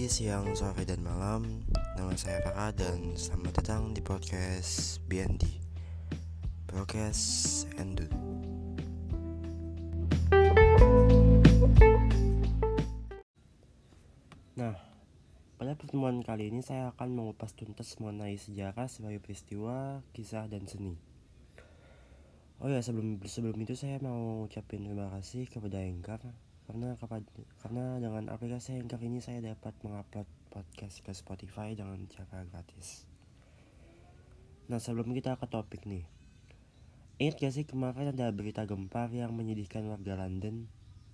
Pagi, siang, sore, dan malam. Nama saya Raka dan selamat datang di podcast BND, Broadcast and Do. Nah, pada pertemuan kali ini saya akan mengupas tuntas mengenai sejarah sebagai peristiwa, kisah, dan seni. Oh ya, sebelum itu saya mau ucapin terima kasih kepada Anchor karena dengan aplikasi Anchor ini saya dapat mengupload podcast ke Spotify dengan cara gratis. Nah, sebelum kita ke topik nih, ingat gak sih kemarin ada berita gempar yang menyedihkan warga London?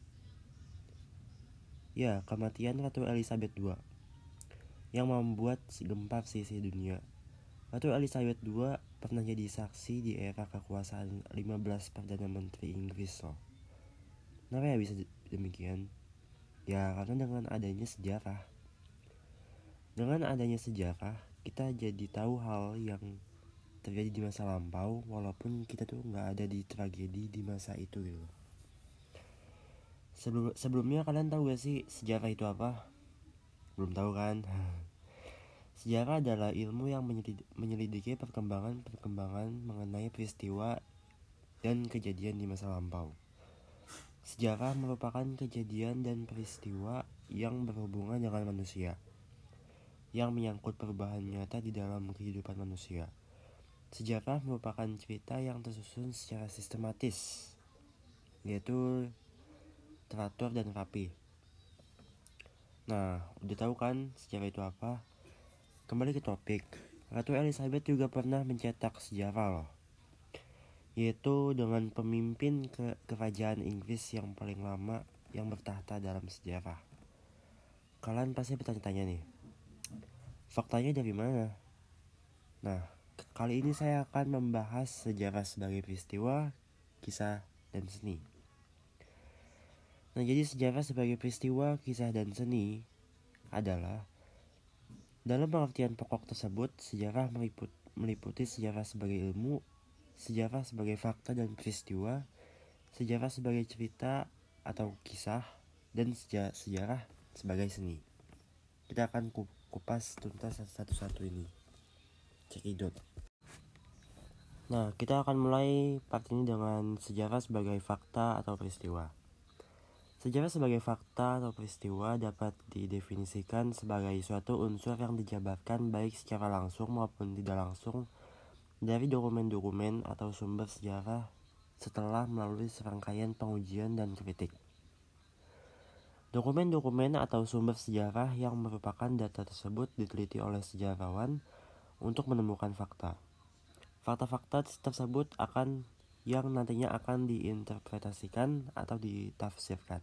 Ya, kematian Ratu Elizabeth II yang membuat gempar seisi dunia. Ratu Elizabeth II pernah jadi saksi di era kekuasaan 15 Perdana Menteri Inggris loh. Kenapa ya bisa demikian? Ya karena dengan adanya sejarah kita jadi tahu hal yang terjadi di masa lampau, walaupun kita tuh nggak ada di tragedi di masa itu gitu. Sebelumnya kalian tahu gak sih sejarah itu apa? Belum tahu kan? Sejarah adalah ilmu yang menyelidiki perkembangan mengenai peristiwa dan kejadian di masa lampau. Sejarah merupakan kejadian dan peristiwa yang berhubungan dengan manusia, yang menyangkut perubahan nyata di dalam kehidupan manusia. Sejarah merupakan cerita yang tersusun secara sistematis, yaitu teratur dan rapi. Nah, udah tahu kan sejarah itu apa? Kembali ke topik. Ratu Elizabeth juga pernah mencetak sejarah loh, yaitu dengan pemimpin kerajaan Inggris yang paling lama yang bertahta dalam sejarah. Kalian pasti bertanya-tanya nih, faktanya dari mana? Nah, kali ini saya akan membahas sejarah sebagai peristiwa, kisah, dan seni. Nah, jadi sejarah sebagai peristiwa, kisah, dan seni adalah dalam pengertian pokok tersebut, sejarah meliputi sejarah sebagai ilmu, sejarah sebagai fakta dan peristiwa, sejarah sebagai cerita atau kisah, dan sejarah sebagai seni. Kita akan kupas tuntas satu-satu ini. Cekidot. Nah, kita akan mulai part ini dengan sejarah sebagai fakta atau peristiwa. Sejarah sebagai fakta atau peristiwa dapat didefinisikan sebagai suatu unsur yang dijabarkan baik secara langsung maupun tidak langsung dari dokumen-dokumen atau sumber sejarah setelah melalui serangkaian pengujian dan kritik. Dokumen-dokumen atau sumber sejarah yang merupakan data tersebut diteliti oleh sejarawan untuk menemukan fakta. Fakta-fakta tersebut yang nantinya akan diinterpretasikan atau ditafsirkan.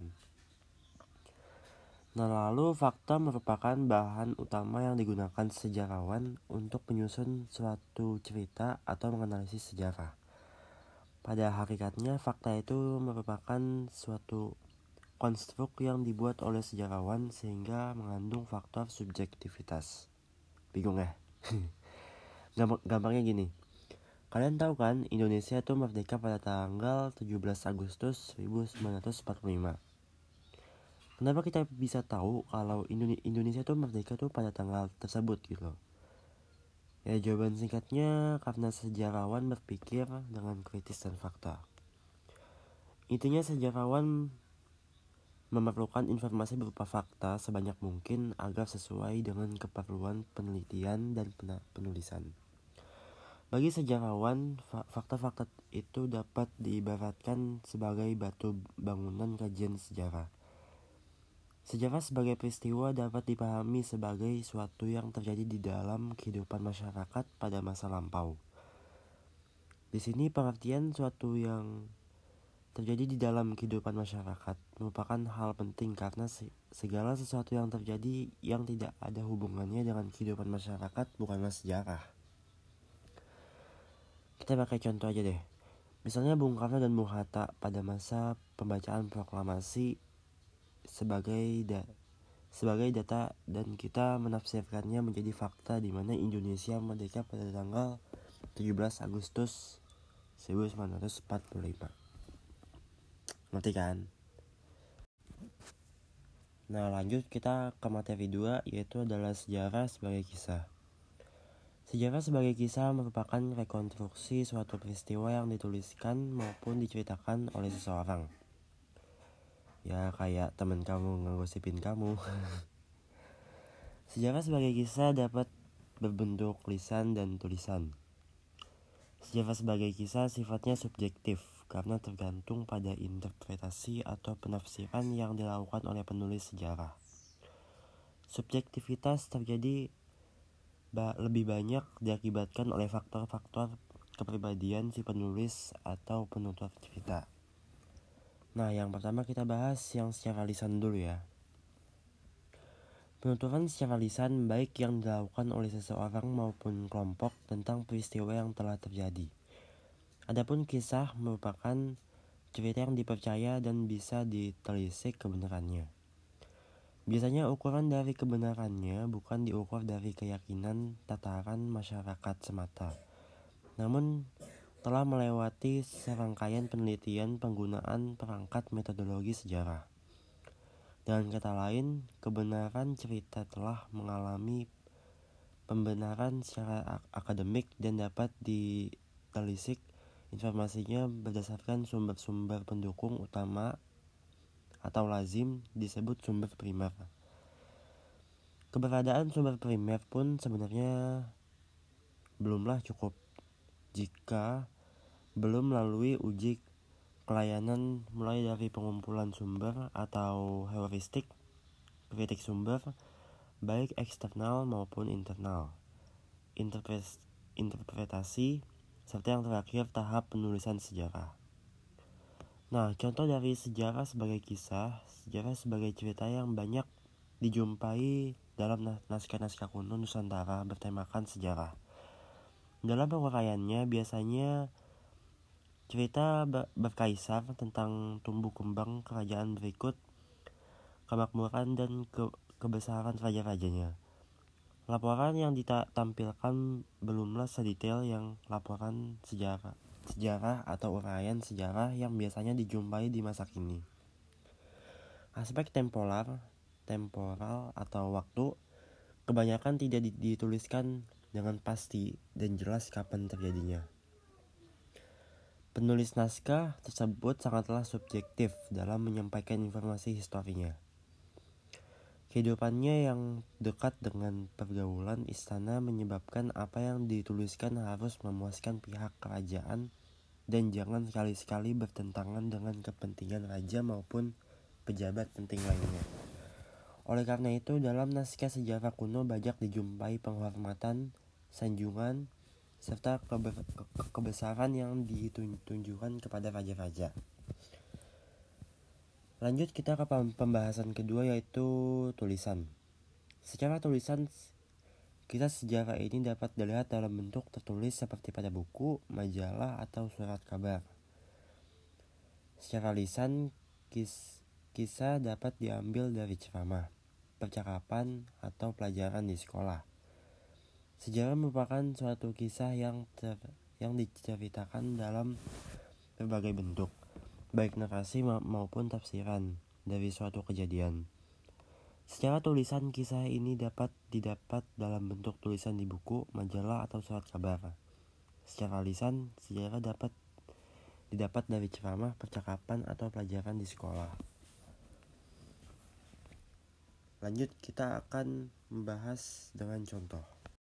Nah, lalu fakta merupakan bahan utama yang digunakan sejarawan untuk menyusun suatu cerita atau menganalisis sejarah. Pada hakikatnya, fakta itu merupakan suatu konstruk yang dibuat oleh sejarawan sehingga mengandung faktor subjektivitas. Bingung ya? Gampangnya gini. Kalian tahu kan Indonesia itu merdeka pada tanggal 17 Agustus 1945. Kenapa kita bisa tahu kalau Indonesia itu merdeka tuh pada tanggal tersebut gitu? Ya, jawaban singkatnya karena sejarawan berpikir dengan kritis dan fakta. Intinya sejarawan memerlukan informasi berupa fakta sebanyak mungkin agar sesuai dengan keperluan penelitian dan penulisan. Bagi sejarawan, fakta-fakta itu dapat diibaratkan sebagai batu bangunan kajian sejarah. Sejarah sebagai peristiwa dapat dipahami sebagai suatu yang terjadi di dalam kehidupan masyarakat pada masa lampau. Di sini pengertian suatu yang terjadi di dalam kehidupan masyarakat merupakan hal penting karena segala sesuatu yang terjadi yang tidak ada hubungannya dengan kehidupan masyarakat bukanlah sejarah. Kita pakai contoh aja deh. Misalnya Bung Karno dan Bung Hatta pada masa pembacaan proklamasi sebagai data dan kita menafsirkannya menjadi fakta di mana Indonesia merdeka pada tanggal 17 Agustus 1945. Ngerti kan? Nah, lanjut kita ke materi 2, yaitu adalah sejarah sebagai kisah. Sejarah sebagai kisah merupakan rekonstruksi suatu peristiwa yang dituliskan maupun diceritakan oleh seseorang. Ya, kayak teman kamu ngegosipin kamu. Sejarah sebagai kisah dapat berbentuk lisan dan tulisan. Sejarah sebagai kisah sifatnya subjektif karena tergantung pada interpretasi atau penafsiran yang dilakukan oleh penulis sejarah. Subjektivitas terjadi lebih banyak diakibatkan oleh faktor-faktor kepribadian si penulis atau penutur cerita. Nah, yang pertama kita bahas yang secara lisan dulu ya. Penuturan secara lisan baik yang dilakukan oleh seseorang maupun kelompok tentang peristiwa yang telah terjadi. Adapun kisah merupakan cerita yang dipercaya dan bisa ditelisik kebenarannya. Biasanya ukuran dari kebenarannya bukan diukur dari keyakinan tataran masyarakat semata, namun telah melewati serangkaian penelitian penggunaan perangkat metodologi sejarah. Dengan kata lain, kebenaran cerita telah mengalami pembenaran secara akademik dan dapat ditelisik informasinya berdasarkan sumber-sumber pendukung utama atau lazim disebut sumber primer. Keberadaan sumber primer pun sebenarnya belumlah cukup jika belum melalui uji kelayanan mulai dari pengumpulan sumber atau heuristik, kritik sumber, baik eksternal maupun internal, interpretasi, serta yang terakhir tahap penulisan sejarah. Nah, contoh dari sejarah sebagai kisah, sejarah sebagai cerita yang banyak dijumpai dalam naskah-naskah kuno Nusantara bertemakan sejarah. Dalam penguraiannya biasanya cerita berkaisar tentang tumbuh kembang kerajaan berikut, kemakmuran dan kebesaran raja-rajanya. Laporan yang ditampilkan belumlah sedetail yang laporan sejarah atau uraian sejarah yang biasanya dijumpai di masa kini. Aspek temporal atau waktu kebanyakan tidak dituliskan dengan pasti dan jelas kapan terjadinya. Penulis naskah tersebut sangatlah subjektif dalam menyampaikan informasi historinya. Kehidupannya yang dekat dengan pergaulan istana menyebabkan apa yang dituliskan harus memuaskan pihak kerajaan dan jangan sekali-sekali bertentangan dengan kepentingan raja maupun pejabat penting lainnya. Oleh karena itu, dalam naskah sejarah kuno banyak dijumpai penghormatan, sanjungan, serta kebesaran yang ditunjukkan kepada raja-raja. Lanjut kita ke pembahasan kedua, yaitu tulisan. Secara tulisan, kisah sejarah ini dapat dilihat dalam bentuk tertulis seperti pada buku, majalah, atau surat kabar. Secara lisan, kisah dapat diambil dari ceramah, percakapan, atau pelajaran di sekolah. Sejarah merupakan suatu kisah yang diceritakan dalam berbagai bentuk, baik narasi maupun tafsiran dari suatu kejadian. Secara tulisan, kisah ini dapat didapat dalam bentuk tulisan di buku, majalah, atau surat kabar. Secara lisan, sejarah dapat didapat dari ceramah, percakapan, atau pelajaran di sekolah. Lanjut, kita akan membahas dengan contoh.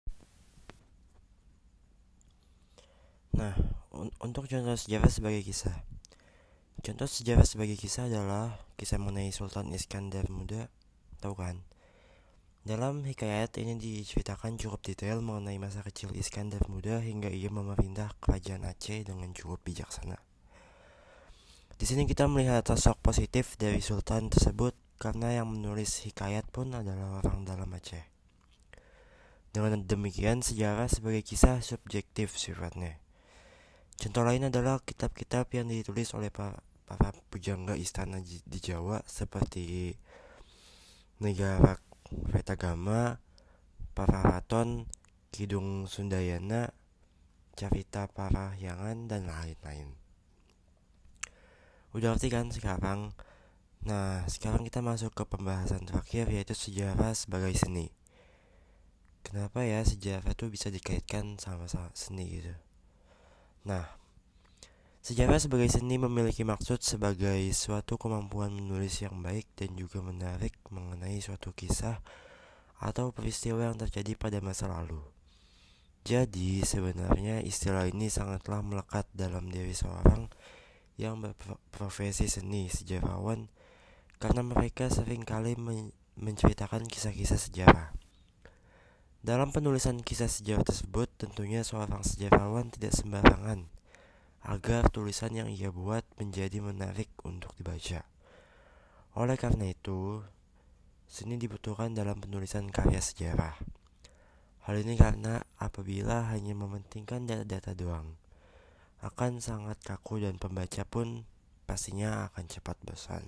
Nah, untuk contoh sejarah sebagai kisah. Contoh sejarah sebagai kisah adalah kisah mengenai Sultan Iskandar Muda, tahu kan? Dalam hikayat ini diceritakan cukup detail mengenai masa kecil Iskandar Muda hingga ia memerintah kerajaan Aceh dengan cukup bijaksana. Di sini kita melihat sosok positif dari Sultan tersebut karena yang menulis hikayat pun adalah orang dalam Aceh. Dengan demikian, sejarah sebagai kisah subjektif sifatnya. Contoh lain adalah kitab-kitab yang ditulis oleh para pujangga istana di Jawa seperti Negara Vetagama, Pararaton, Kidung Sundayana, Carita Parahyangan, dan lain-lain. Udah ngerti kan sekarang? Nah, sekarang kita masuk ke pembahasan terakhir, yaitu sejarah sebagai seni. Kenapa ya sejarah itu bisa dikaitkan sama seni gitu? Nah, sejarah sebagai seni memiliki maksud sebagai suatu kemampuan menulis yang baik dan juga menarik mengenai suatu kisah atau peristiwa yang terjadi pada masa lalu. Jadi, sebenarnya istilah ini sangatlah melekat dalam diri seorang yang berprofesi seni sejarawan karena mereka seringkali menceritakan kisah-kisah sejarah. Dalam penulisan kisah sejarah tersebut, tentunya seorang sejarawan tidak sembarangan agar tulisan yang ia buat menjadi menarik untuk dibaca. Oleh karena itu, seni dibutuhkan dalam penulisan karya sejarah. Hal ini karena apabila hanya mementingkan data-data doang, akan sangat kaku dan pembaca pun pastinya akan cepat bosan.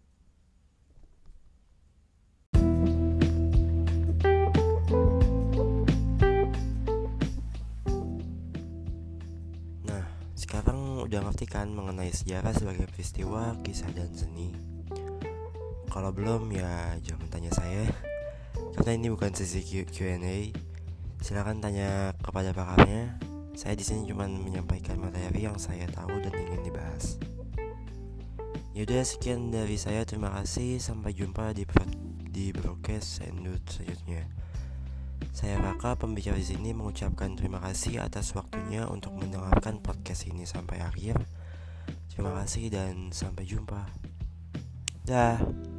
Nah, sekarang udah ngerti kan mengenai sejarah sebagai peristiwa, kisah, dan seni? Kalau belum ya jangan tanya saya, karena ini bukan sesi Q&A. Silakan tanya kepada pakarnya. Saya di sini cuma menyampaikan materi yang saya tahu dan ingin dibahas. Yaudah, sekian dari saya. Terima kasih. Sampai jumpa di broadcast Endut selanjutnya. Saya Raka, pembicara di sini, mengucapkan terima kasih atas waktunya untuk mendengarkan podcast ini sampai akhir. Terima kasih dan sampai jumpa. Dah.